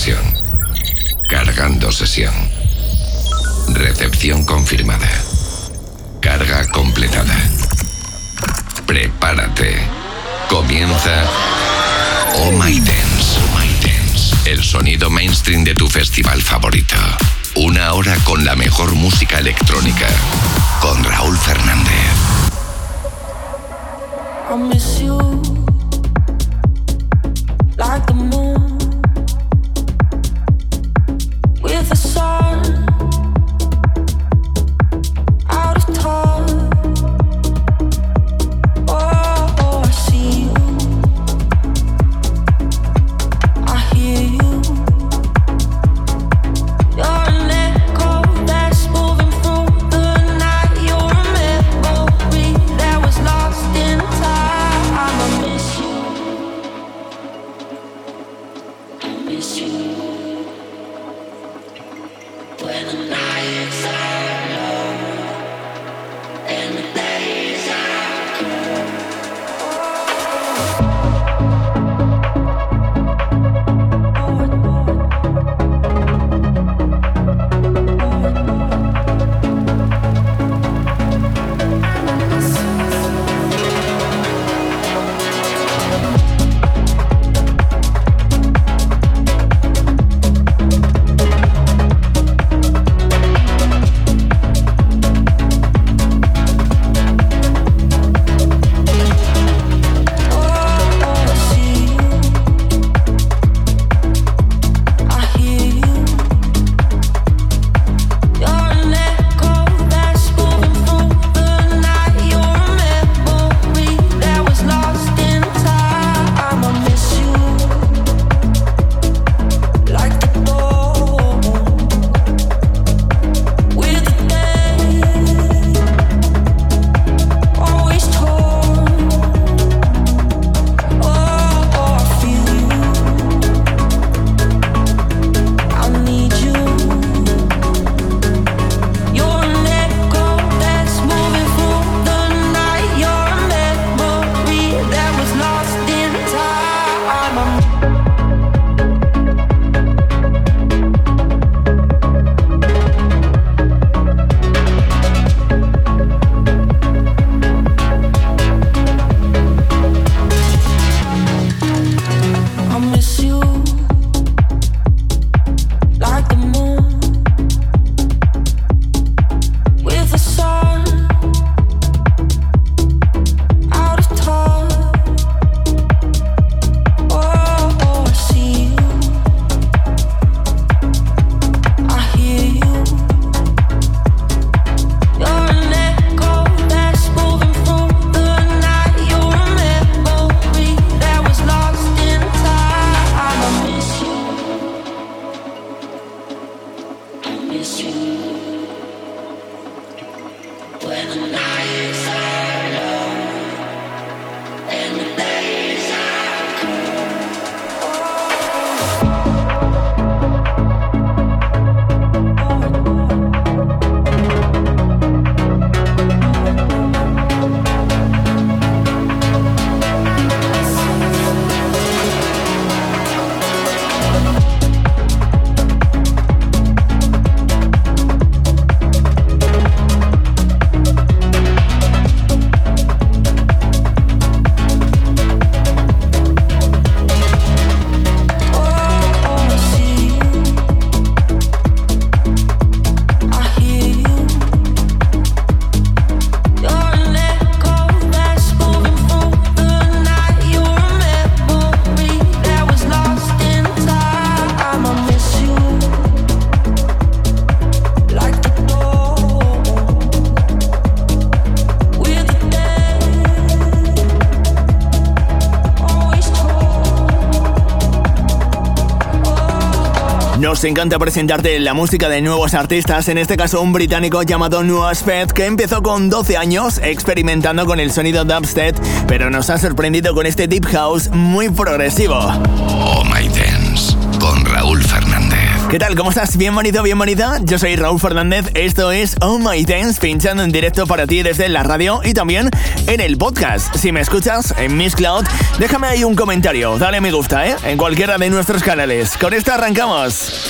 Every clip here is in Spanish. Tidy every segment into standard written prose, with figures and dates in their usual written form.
sesión. Cargando sesión. Recepción confirmada. Carga completada. Prepárate. Comienza Oh My Dance. Oh My Dance. El sonido mainstream de tu festival favorito. Una hora con la mejor música electrónica. Con Raúl Fernández. I miss you like the moon with the sun out of touch. Oh, I see you, I hear you. You're an echo that's moving through the night. You're a memory that was lost in time. I miss you. I miss you. When the nights are long and the days are cold. Nos encanta presentarte la música de nuevos artistas, en este caso un británico llamado Nuaz Fed, que empezó con 12 años experimentando con el sonido dubstep, pero nos ha sorprendido con este deep house muy progresivo. Oh My Dance, con Raúl Fernández. ¿Qué tal? ¿Cómo estás? Bienvenido, bienvenida. Yo soy Raúl Fernández. Esto es Oh My Dance, pinchando en directo para ti desde la radio y también en el podcast. Si me escuchas en Miss Cloud, déjame ahí un comentario. Dale me gusta, en cualquiera de nuestros canales. Con esto arrancamos.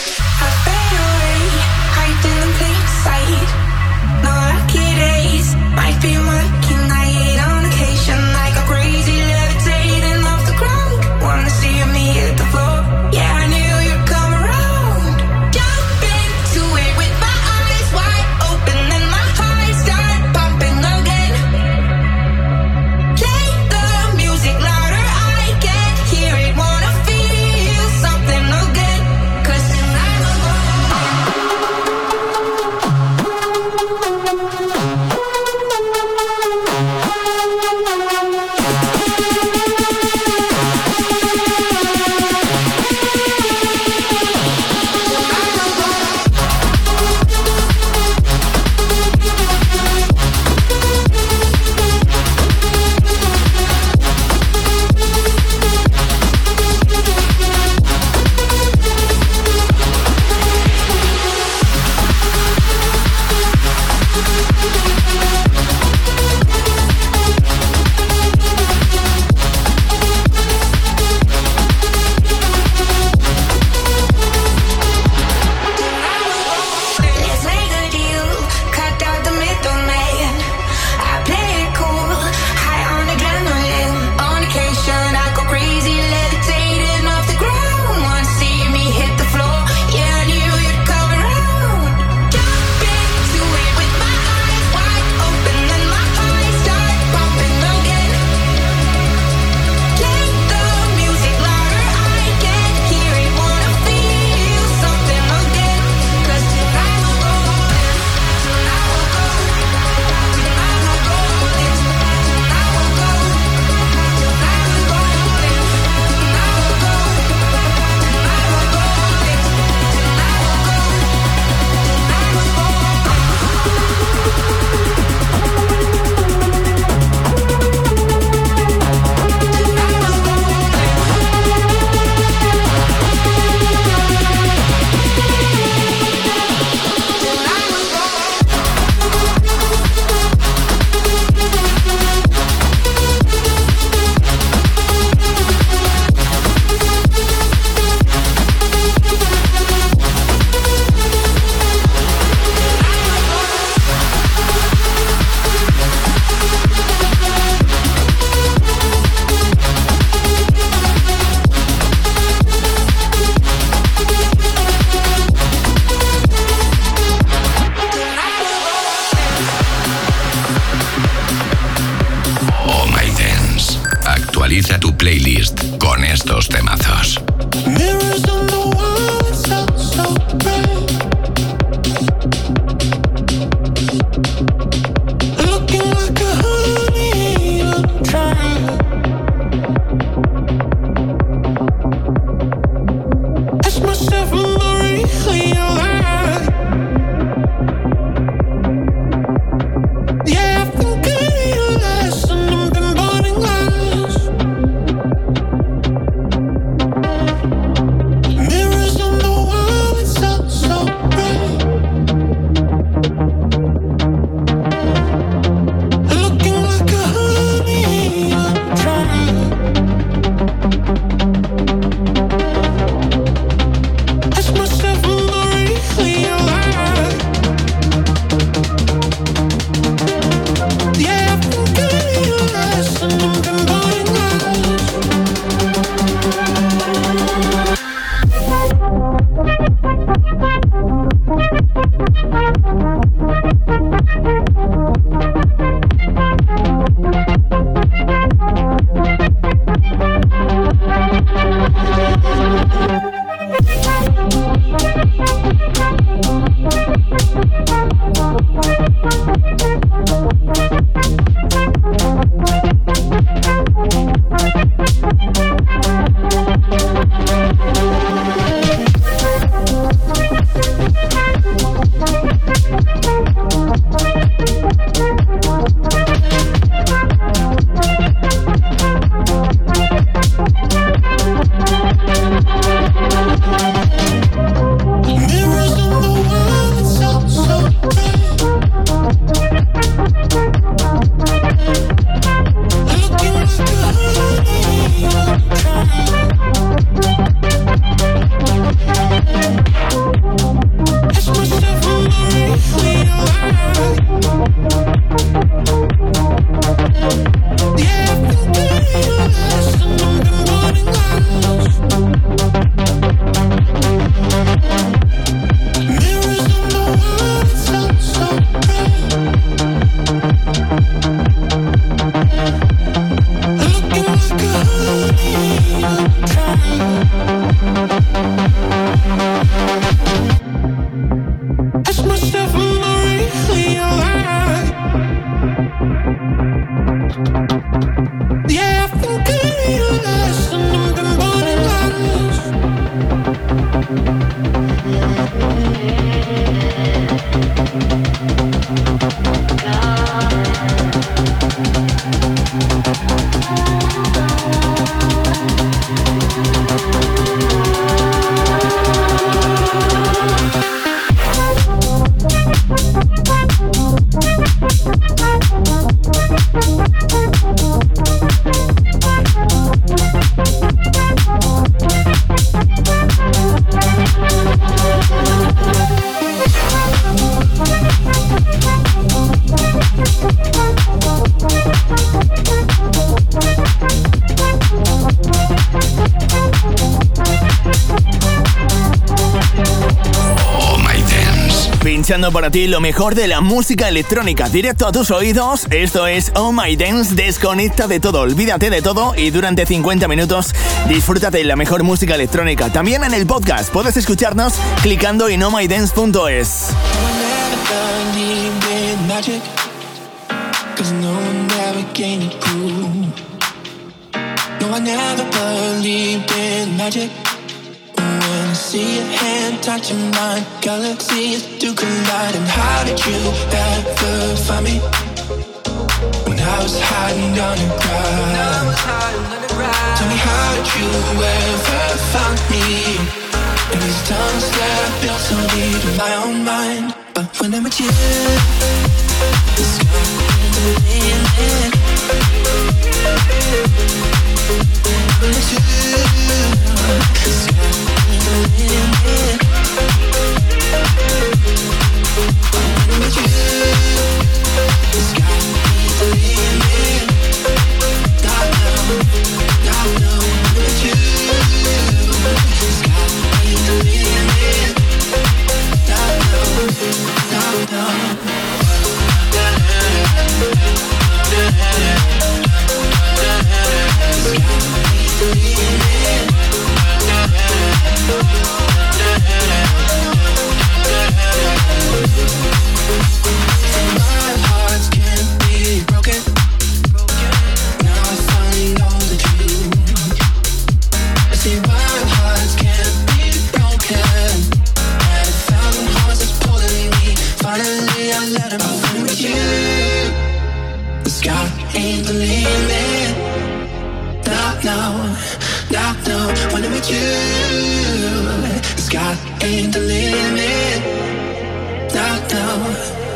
Actualiza tu playlist con estos temazos. Pinchando para ti lo mejor de la música electrónica directo a tus oídos. Esto es Oh My Dance. Desconecta de todo, olvídate de todo y durante 50 minutos disfrútate de la mejor música electrónica. También en el podcast puedes escucharnos clicando en ohmydance.es. See your hand touching mine, galaxies do collide. And how did you ever find me when I was hiding underground? Tell me, how did you ever find me in these tunnels that I built so deep in my own mind? But when I'm with you, the sky is the limit. When it's you, the sky is the limit. When it's you, the sky is the limit. God knows, when it's you, the sky is the limit. God knows. My heart can't be broken. Now I finally know the truth. I see why hearts can't be broken. Had 1,000 hearts that's pulling me. Finally I let them out with you. The sky ain't the limit. No, when I'm with you, the sky ain't the limit. No.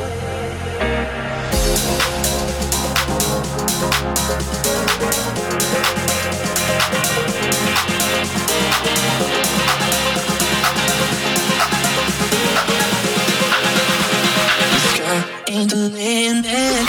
The sky ain't the limit.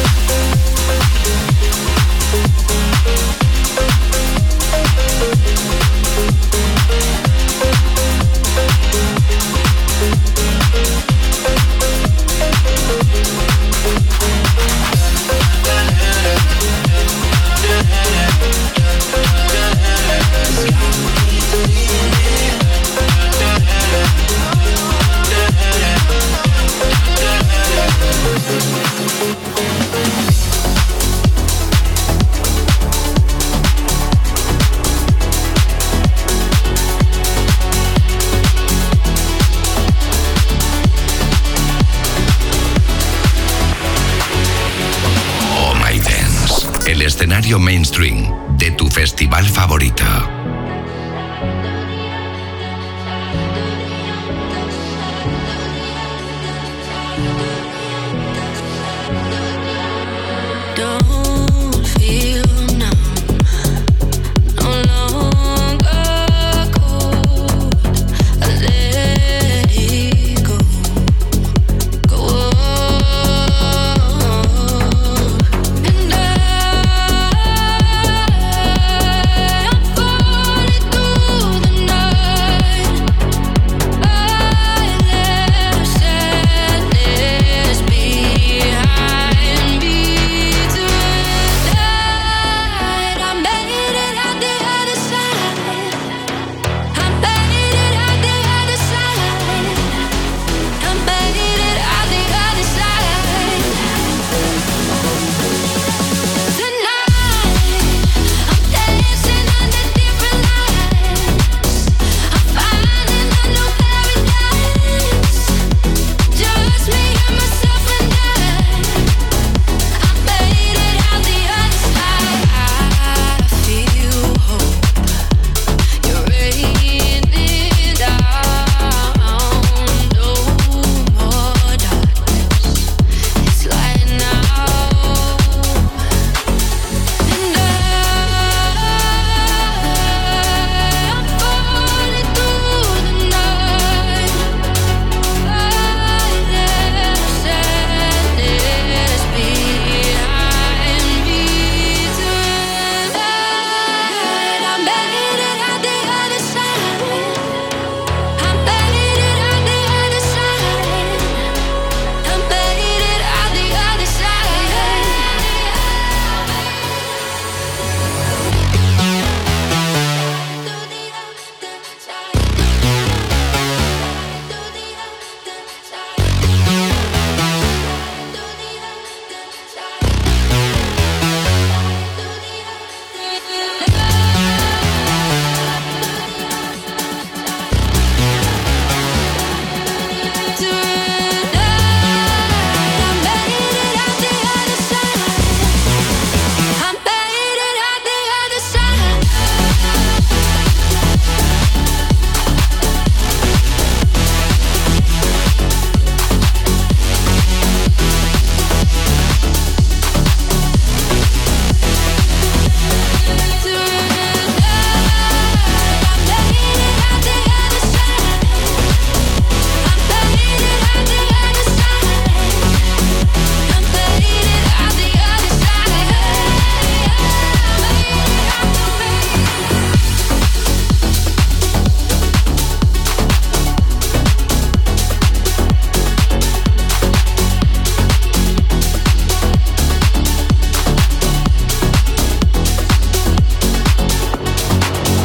Escenario mainstream de tu festival favorito. Oh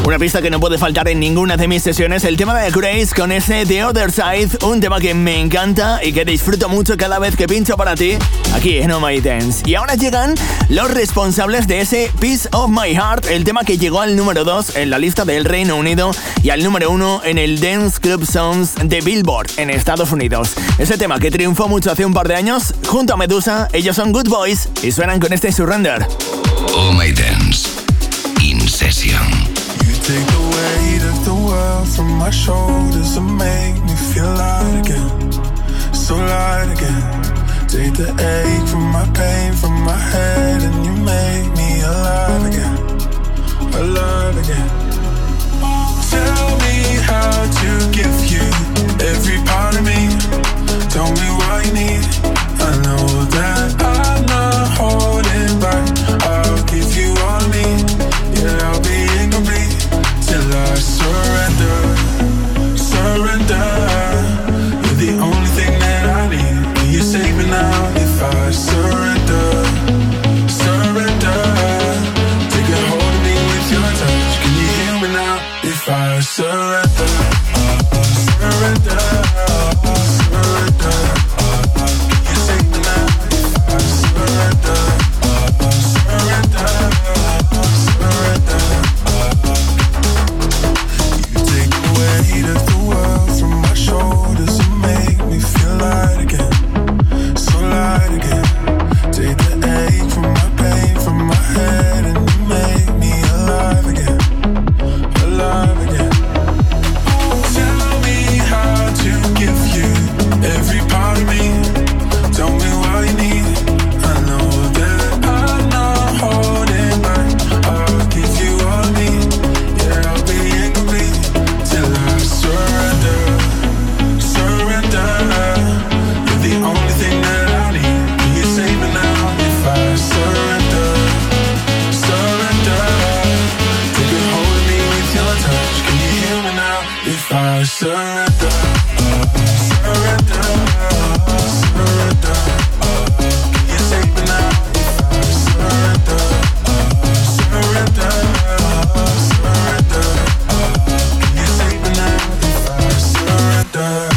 Una pista que no puede faltar en ninguna de mis sesiones, el tema de Grace con ese The Other Side, un tema que me encanta y que disfruto mucho cada vez que pincho para ti aquí en Oh My Dance. Y ahora llegan los responsables de ese Piece of My Heart, el tema que llegó al número 2 en la lista del Reino Unido y al número 1 en el Dance Club Songs de Billboard en Estados Unidos. Ese tema que triunfó mucho hace un par de años junto a Medusa, ellos son Good Boys y suenan con este Surrender. Oh My Dance, In Session. You take the weight of the world from my shoulders and make me feel light again, so light again. Take the ache from my pain from my head and you make me alive again, alive again. Tell me how to give you every part of me. Tell me what you need. I know that I'm not holding back. I'll give you all of me. Yeah, I'll be incomplete till I surrender, surrender. You're the only thing that I need. Can you save me now if I surrender, surrender? Take a hold of me with your touch. Can you hear me now if I surrender, surrender, surrender? Can you save me now if I surrender, surrender, surrender? You take the weight of the world from my shoulders and make me feel light again, so light again. Take the ache from my pain from my head and you make me alive again, alive again. Tell me how to give you every part of me. Tell me what you need. I know that I'm not holding back. I'll give you all of me. Yeah, I'll be incomplete till I surrender, surrender. You're the only thing that I need. Can you save me now if I surrender, surrender? Take a hold of me with your touch. Can you hear me now if I surrender, surrender, surrender? Can you save me now if I surrender, surrender, surrender? Can you save me now if I surrender?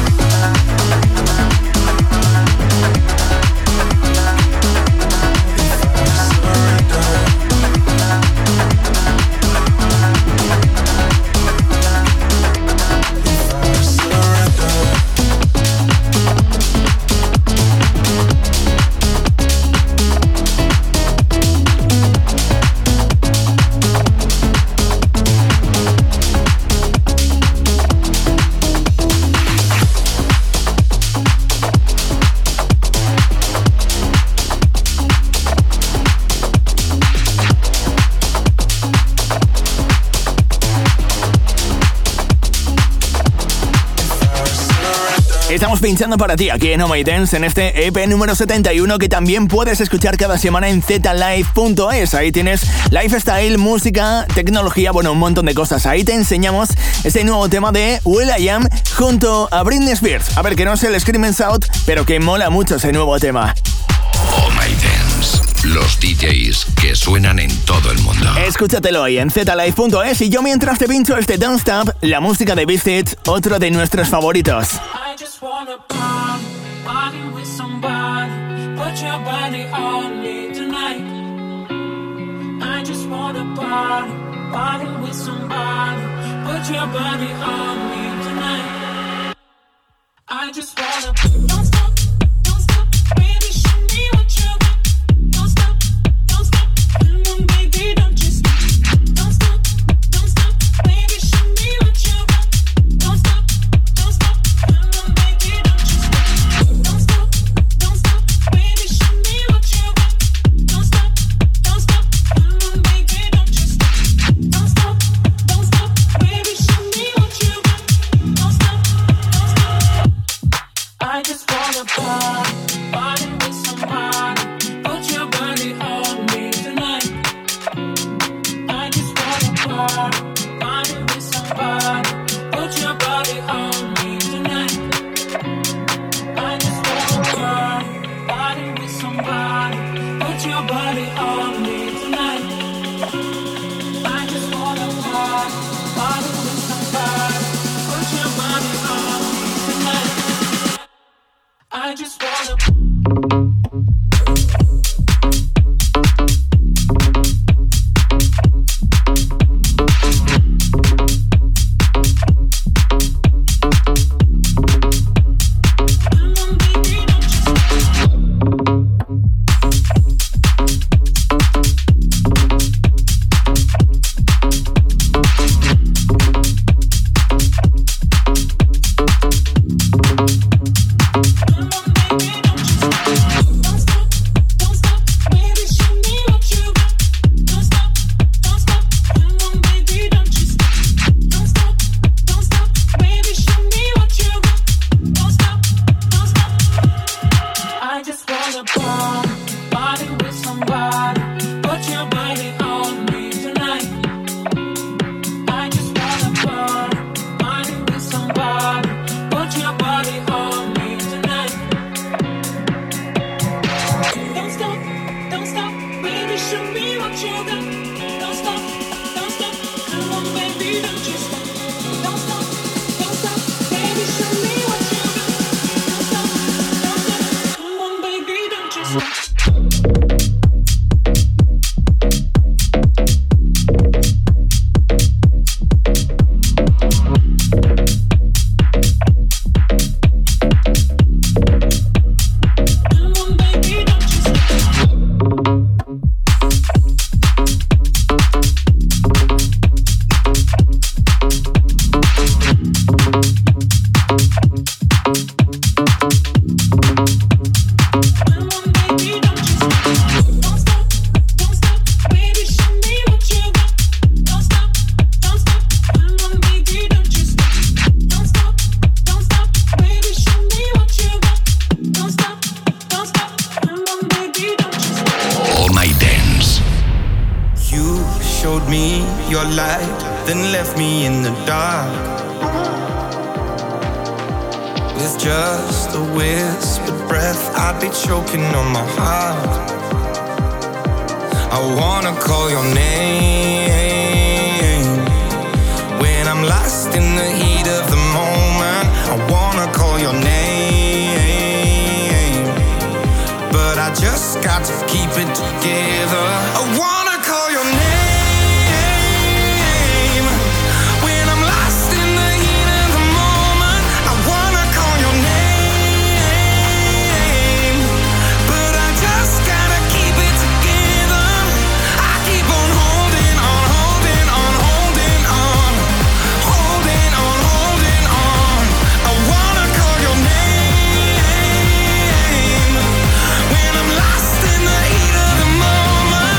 Estamos pinchando para ti aquí en Oh My Dance en este EP número 71 que también puedes escuchar cada semana en zlive.es. Ahí tienes lifestyle, música, tecnología, bueno, un montón de cosas. Ahí te enseñamos este nuevo tema de will.i.am junto a Britney Spears. A ver, que no es el Screaming Shout, pero que mola mucho ese nuevo tema. Oh My Dance, los DJs que suenan en todo el mundo. Escúchatelo ahí en zlive.es y yo mientras te pincho este Don't Stop, la música de Visit, otro de nuestros favoritos. I just wanna party with somebody, put your body on me tonight. I just wanna party with somebody, put your body on me tonight. I just wanna don't stop, baby, show me what you want. Don't stop, come on, baby, don't you stop. Don't stop, baby, show me what you want. Don't stop, come on, baby, don't you stop. Don't stop, baby, show me what you want. Don't stop, come on, baby, don't you stop. Don't stop, baby, show me what you want. When I'm lost in the heat of the moment,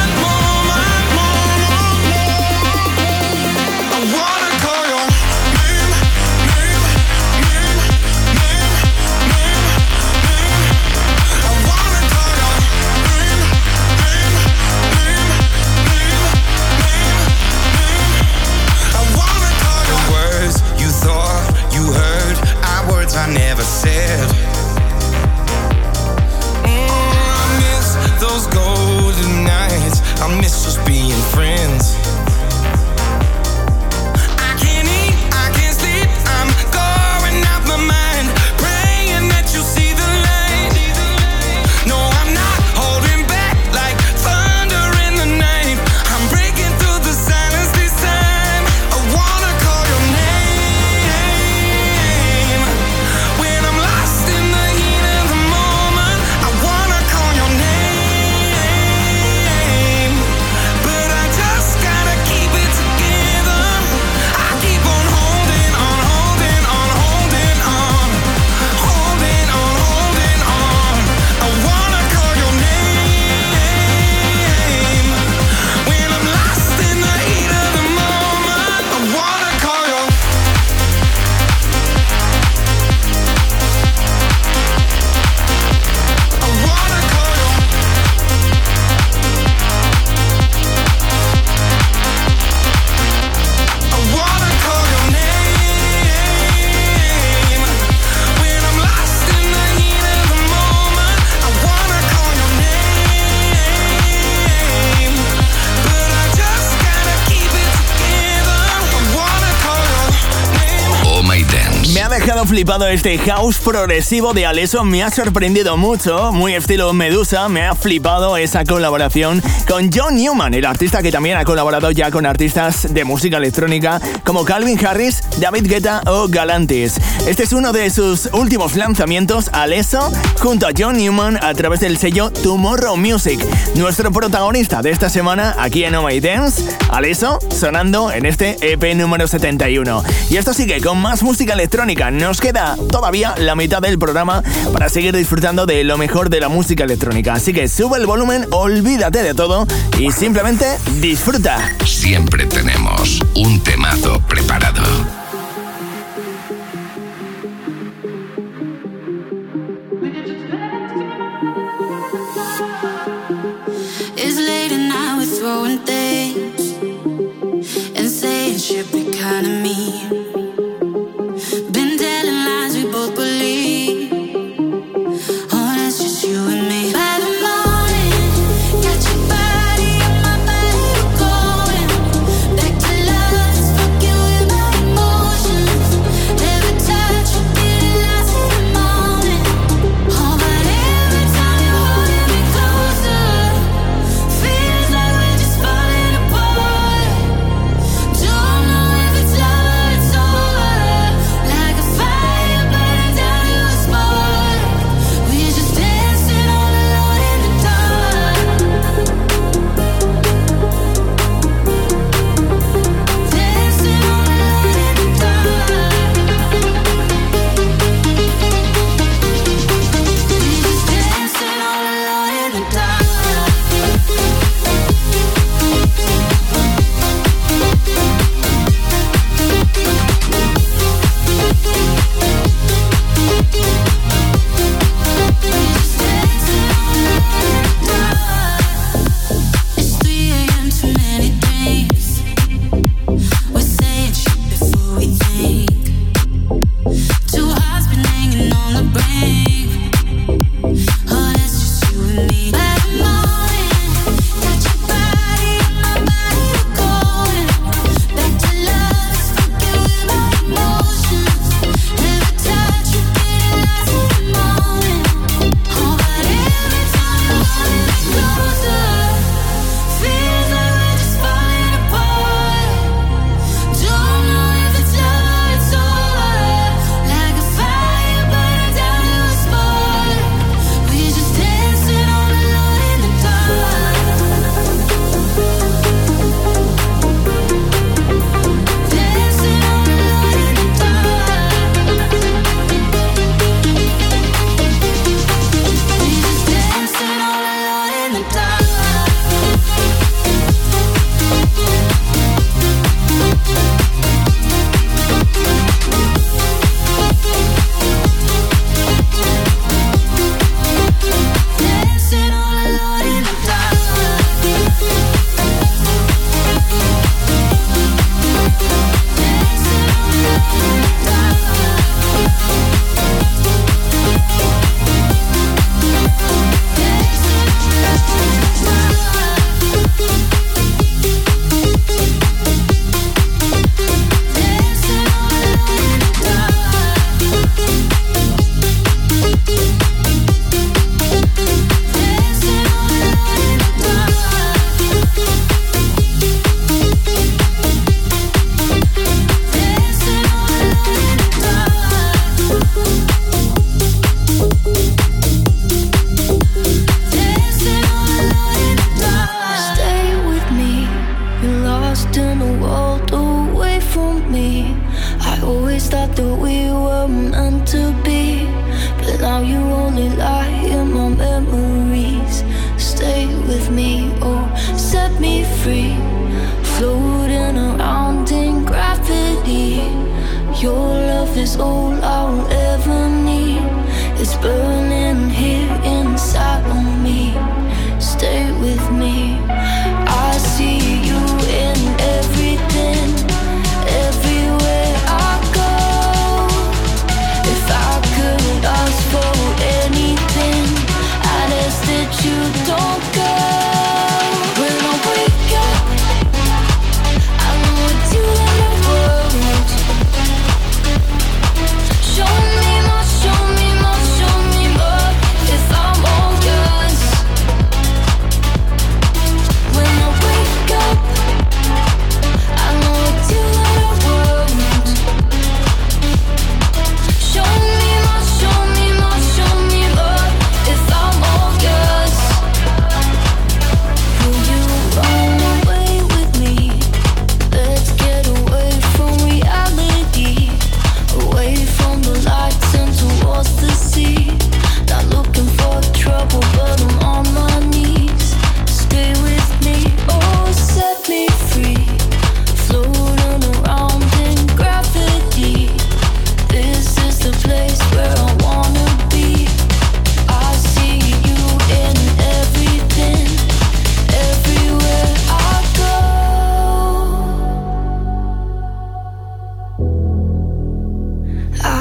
quedado flipado este house progresivo de Alesso, me ha sorprendido mucho, muy estilo Medusa, me ha flipado esa colaboración con John Newman, el artista que también ha colaborado ya con artistas de música electrónica como Calvin Harris, David Guetta o Galantis. Este es uno de sus últimos lanzamientos, Alesso, junto a John Newman a través del sello Tomorrow Music. Nuestro protagonista de esta semana aquí en Oh My Dance, Alesso, sonando en este EP número 71. Y esto sigue con más música electrónica. Nos queda todavía la mitad del programa para seguir disfrutando de lo mejor de la música electrónica. Así que sube el volumen, olvídate de todo y simplemente disfruta. Siempre tenemos un temazo preparado. It's late and now we're throwing things and saying shit we kinda mean. Been telling lies we both believe. Oh, that's just you and me. By the morning, got your body and my body going back to love. It's fucking with my emotions. Every touch you get it lasts in the morning. Oh, but every time you're holding me closer, feels like we're just falling apart. Don't know if it's love or it's over. Like a fire burning down to a spark. We're just dancing all alone in the dark. Dancing all alone in the dark. We're just dancing all alone in the dark. It's 3 a.m. too many drinks. We're saying shit before we think. Two hearts been hanging on the brink. Oh, that's just you and me. By the morning, got your body and my body going back to love. It's fucking with my emotions. Every touch you get it lasts in the morning. Oh, but every time you're holding me closer, feels like we're just falling apart. Don't know if it's love or it's over. Like a fire burning down to a spark. We're just dancing all alone in the dark. Dancing all alone in the dark. We're just dancing all alone in the dark. Dancing all alone in the dark. Dancing all alone in the dark. Stay with me. You're lost in a world away from me. I always thought that we were meant to be, but now you only lie in my memories. Stay with me, oh, set me free. Floating around in gravity. Your love is all I'll ever need. It's burning here inside of me. Stay with me. I see you in everything, everywhere I go. If I could ask for anything, I'd ask that you don't go. When I wake up, I know it's you in the world.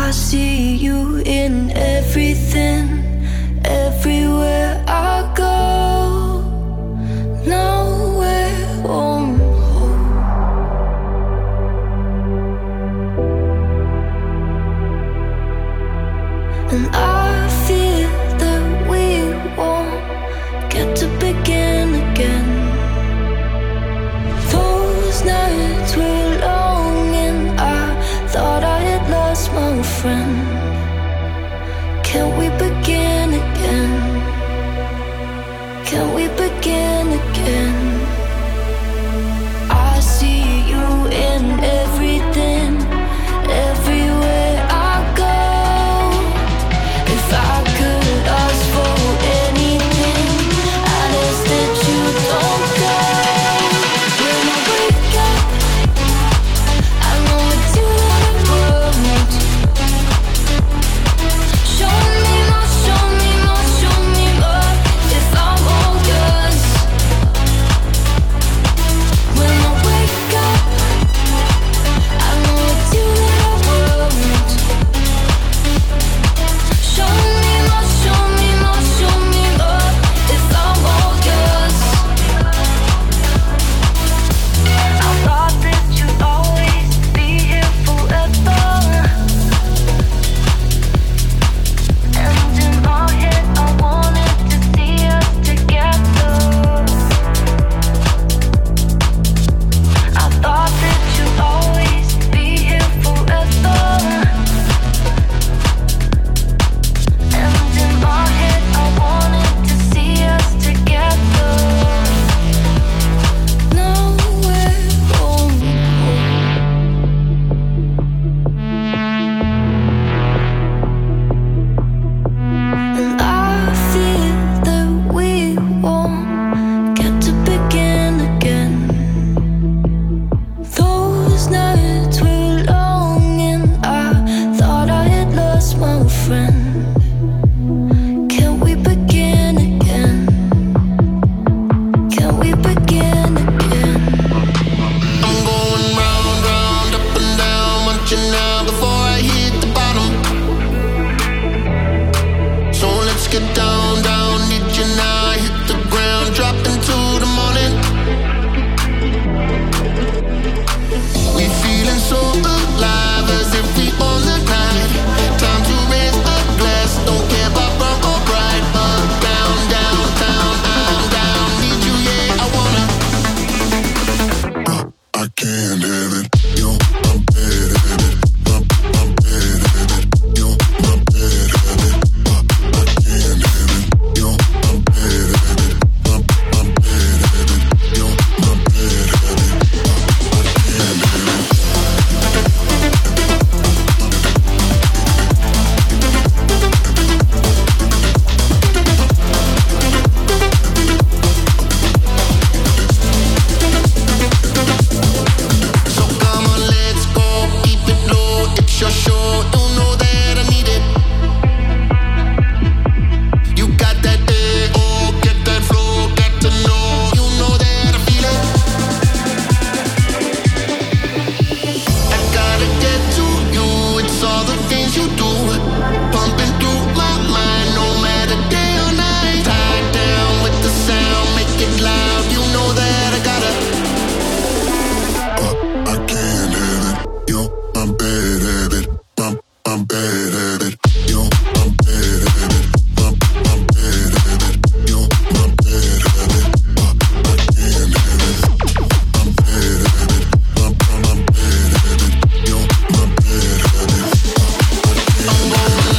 I see you in everything, everywhere I go. Nowhere home. And I feel that we won't get to begin again. Those nights were long and I thought I had lost my friend. Can we begin again? Can we begin again? I see you in everything, everywhere I go. If I could ask for anything, I'd ask that you don't go. When I wake up, I know it's you that I want. Show me more, show me more, show me more. If I'm all yours. When I wake up, I know it's you that I want. Show me more, show me more, show me more. If I'm all yours. I thought that you'd always be here forever. And in my head I wanted to see us together. I thought that you'd always be here forever. And in my head I wanted to see us together. Nowhere home. And I feel that we won't get to begin again. Those nights were long and I thought I had lost my friend. Can we begin again? Can we begin again? I'm going round, round, up and down, watching now before I hit the bottom. So let's get down, down, need you now, hit the ground, drop into the morning. We feeling so alive, as if we own the night. Time to raise a glass, don't care about wrong or right. Down, down, down, I'm down, need you, yeah, I wanna. I can't have it. Yo, I'm bad at it. I'm bad at it. Yo, I'm bad at it. I can't have it. Yo, I'm bad at it. I'm bad at it. Yo, I'm bad at it. I can't have it. So come on, let's go, keep it low, it's your show, you know that I need it. You got that A.O., get that flow, got to know, you know that I feel it. I gotta get to you, it's all the things you do, pumping through my mind, no matter day or night. Tied down with the sound, make it loud, you know that I gotta. I can't have it. Yo, I'm bad at it. I'm bad at it. Yo, I'm bad at it. I'm bad at it. Yo, I'm bad at it. I can't have it. I'm bad at it. I'm bad at it. Yo, I'm bad at it. I'm going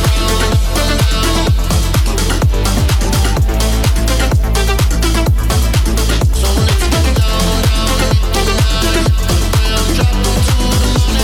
So let's get down, down, drop into the morning.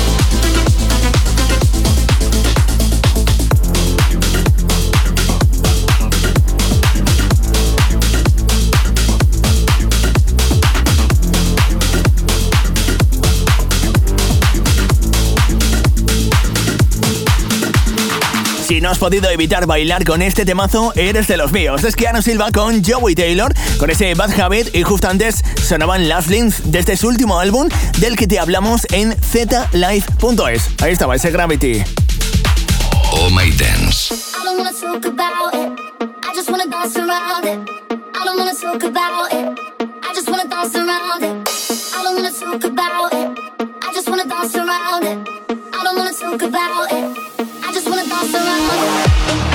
Si no has podido evitar bailar con este temazo, eres de los míos. Es Keanu Silva con Joey Taylor, con ese Bad Habit, y justo antes sonaban Last Links desde su último álbum, del que te hablamos en zlive.es. Ahí estaba ese Gravity. Oh My Dance. I don't wanna talk about it. I just wanna dance around it. I don't wanna talk about it. I just wanna dance around it. I don't wanna talk about it. I just wanna dance around it. I don't wanna talk about it. I just wanna dance around it.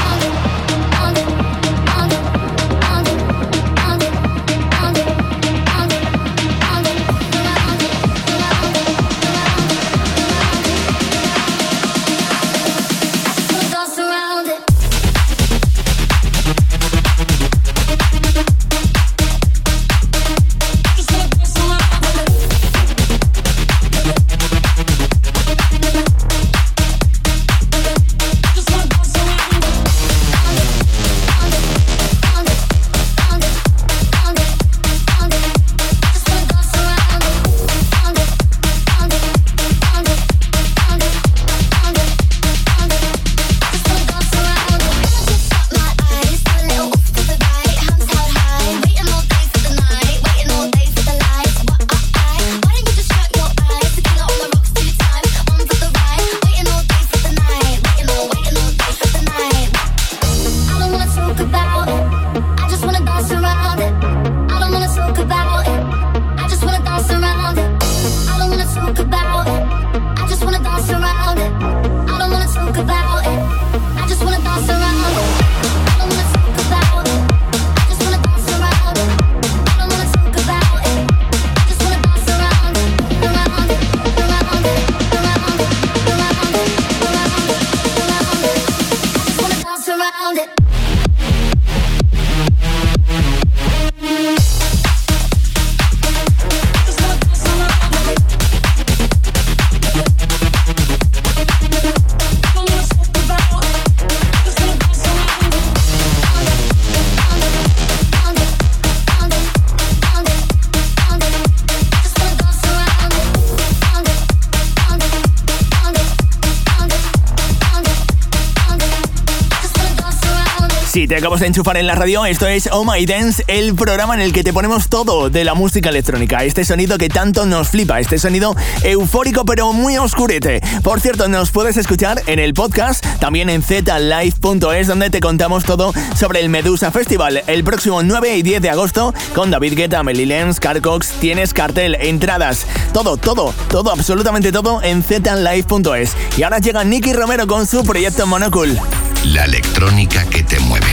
Si te acabas de enchufar en la radio, esto es Oh My Dance, el programa en el que te ponemos todo de la música electrónica. Este sonido que tanto nos flipa, este sonido eufórico pero muy oscurete. Por cierto, nos puedes escuchar en el podcast, también en zlive.es, donde te contamos todo sobre el Medusa Festival. El próximo 9 y 10 de agosto, con David Guetta, Melly Lenz, Carl Cox, tienes cartel, entradas, todo, absolutamente todo en zlive.es. Y ahora llega Nicky Romero con su proyecto Monocle. La electrónica que te mueve.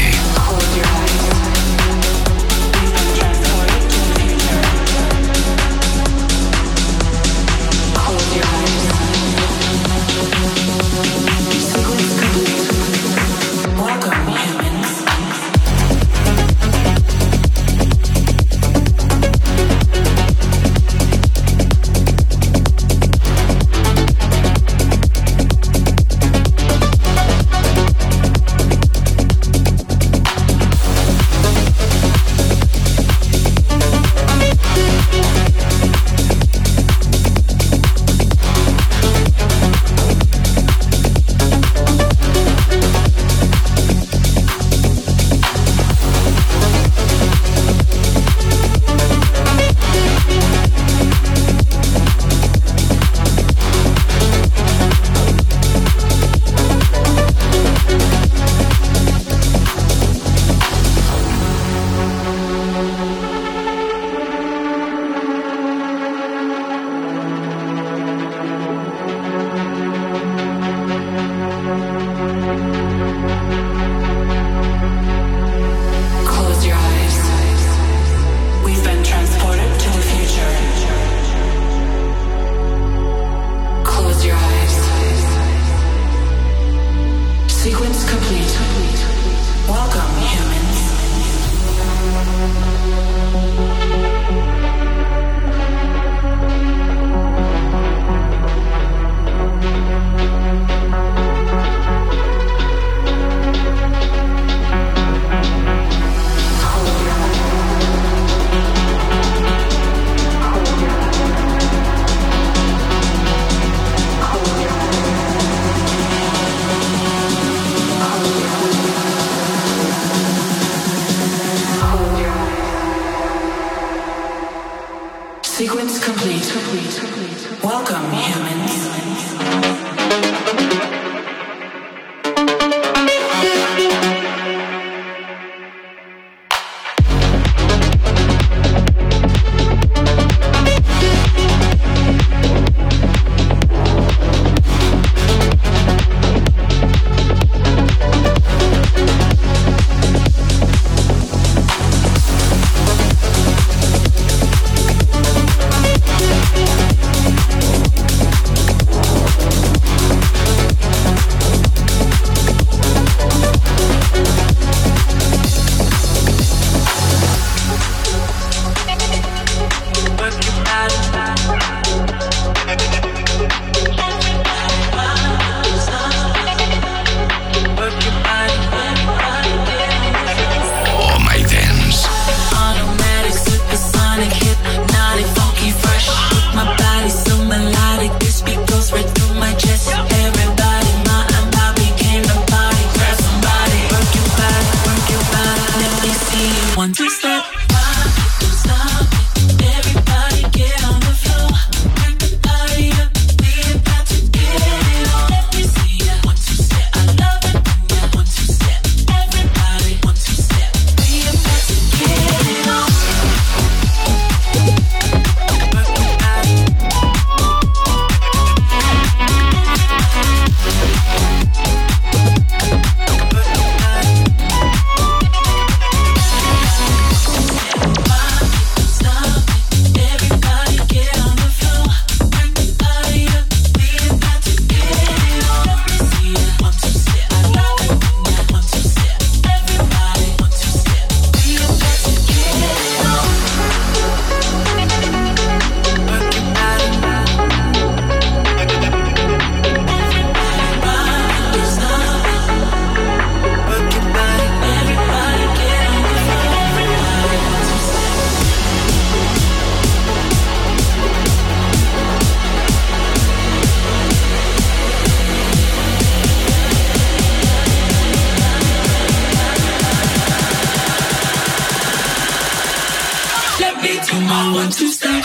1, 2, step.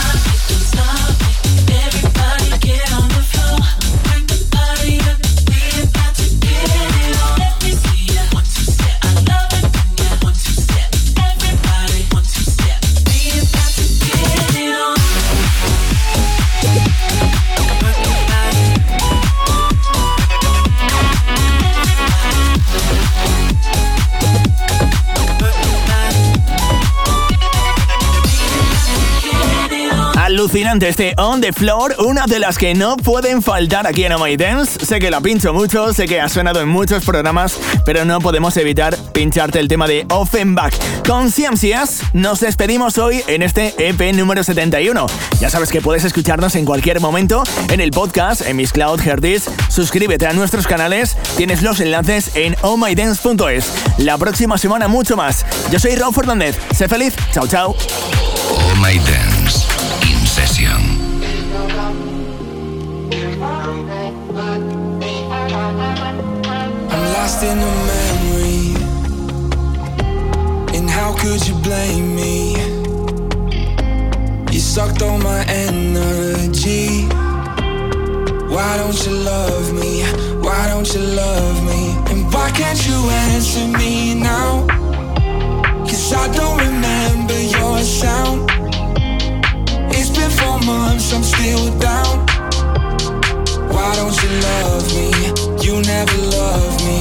Everybody get on the floor. Bring the body up. We about to get it on. Let me see ya. 1, 2, step. I love it when ya 1, 2, step. Everybody 1, 2, step. We about to get it on. Alucinante este On The Floor, una de las que no pueden faltar aquí en Oh My Dance. Sé que la pincho mucho, sé que ha sonado en muchos programas, pero no podemos evitar pincharte el tema de Offenbach. Con CMCS nos despedimos hoy en este EP número 71. Ya sabes que puedes escucharnos en cualquier momento en el podcast, en Miss Cloud, Heartis. Suscríbete a nuestros canales, tienes los enlaces en ohmydance.es. La próxima semana mucho más. Yo soy Raúl Fernández, sé feliz, chao chao. Oh My Dance in session. I'm lost in a memory, and how could you blame me? You sucked all my energy. Why don't you love me? Why don't you love me? And why can't you answer me now? 'Cause I don't remember your sound. It's been 4 months, I'm still down. Why don't you love me? You never loved me.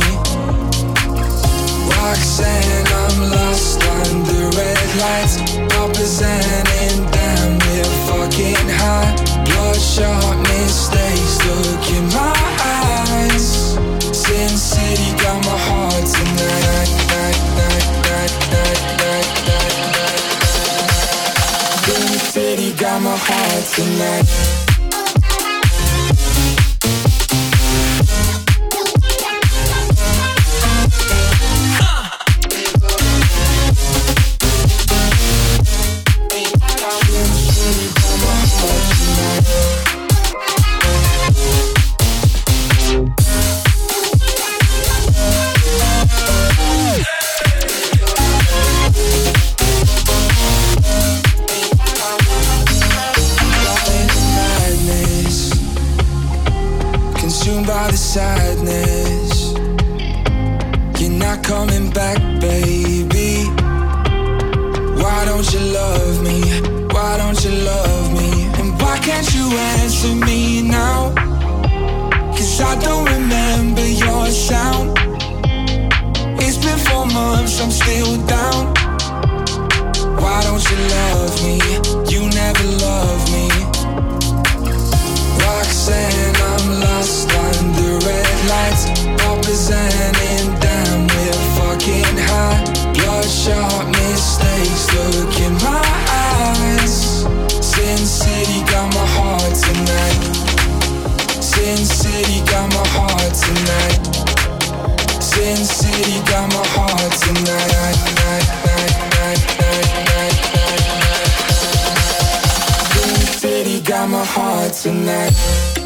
Roxanne, I'm lost under red lights. Representing, damn, we're fucking high. Bloodshot mistakes, look in my eyes. Sin City got my heart tonight. Sin City got my heart tonight. By the sadness, you're not coming back, baby. Why don't you love me? Why don't you love me? And why can't you answer me now? 'Cause I don't remember your sound. It's been 4 months, I'm still down. Why don't you love me? You never loved me. Roxanne, I'm lost under red lights. Representing, damn, we're fucking high. Bloodshot mistakes, look in my eyes. Sin City got my heart tonight. Sin City got my heart tonight. Sin City got my heart tonight. Sin City got my heart tonight.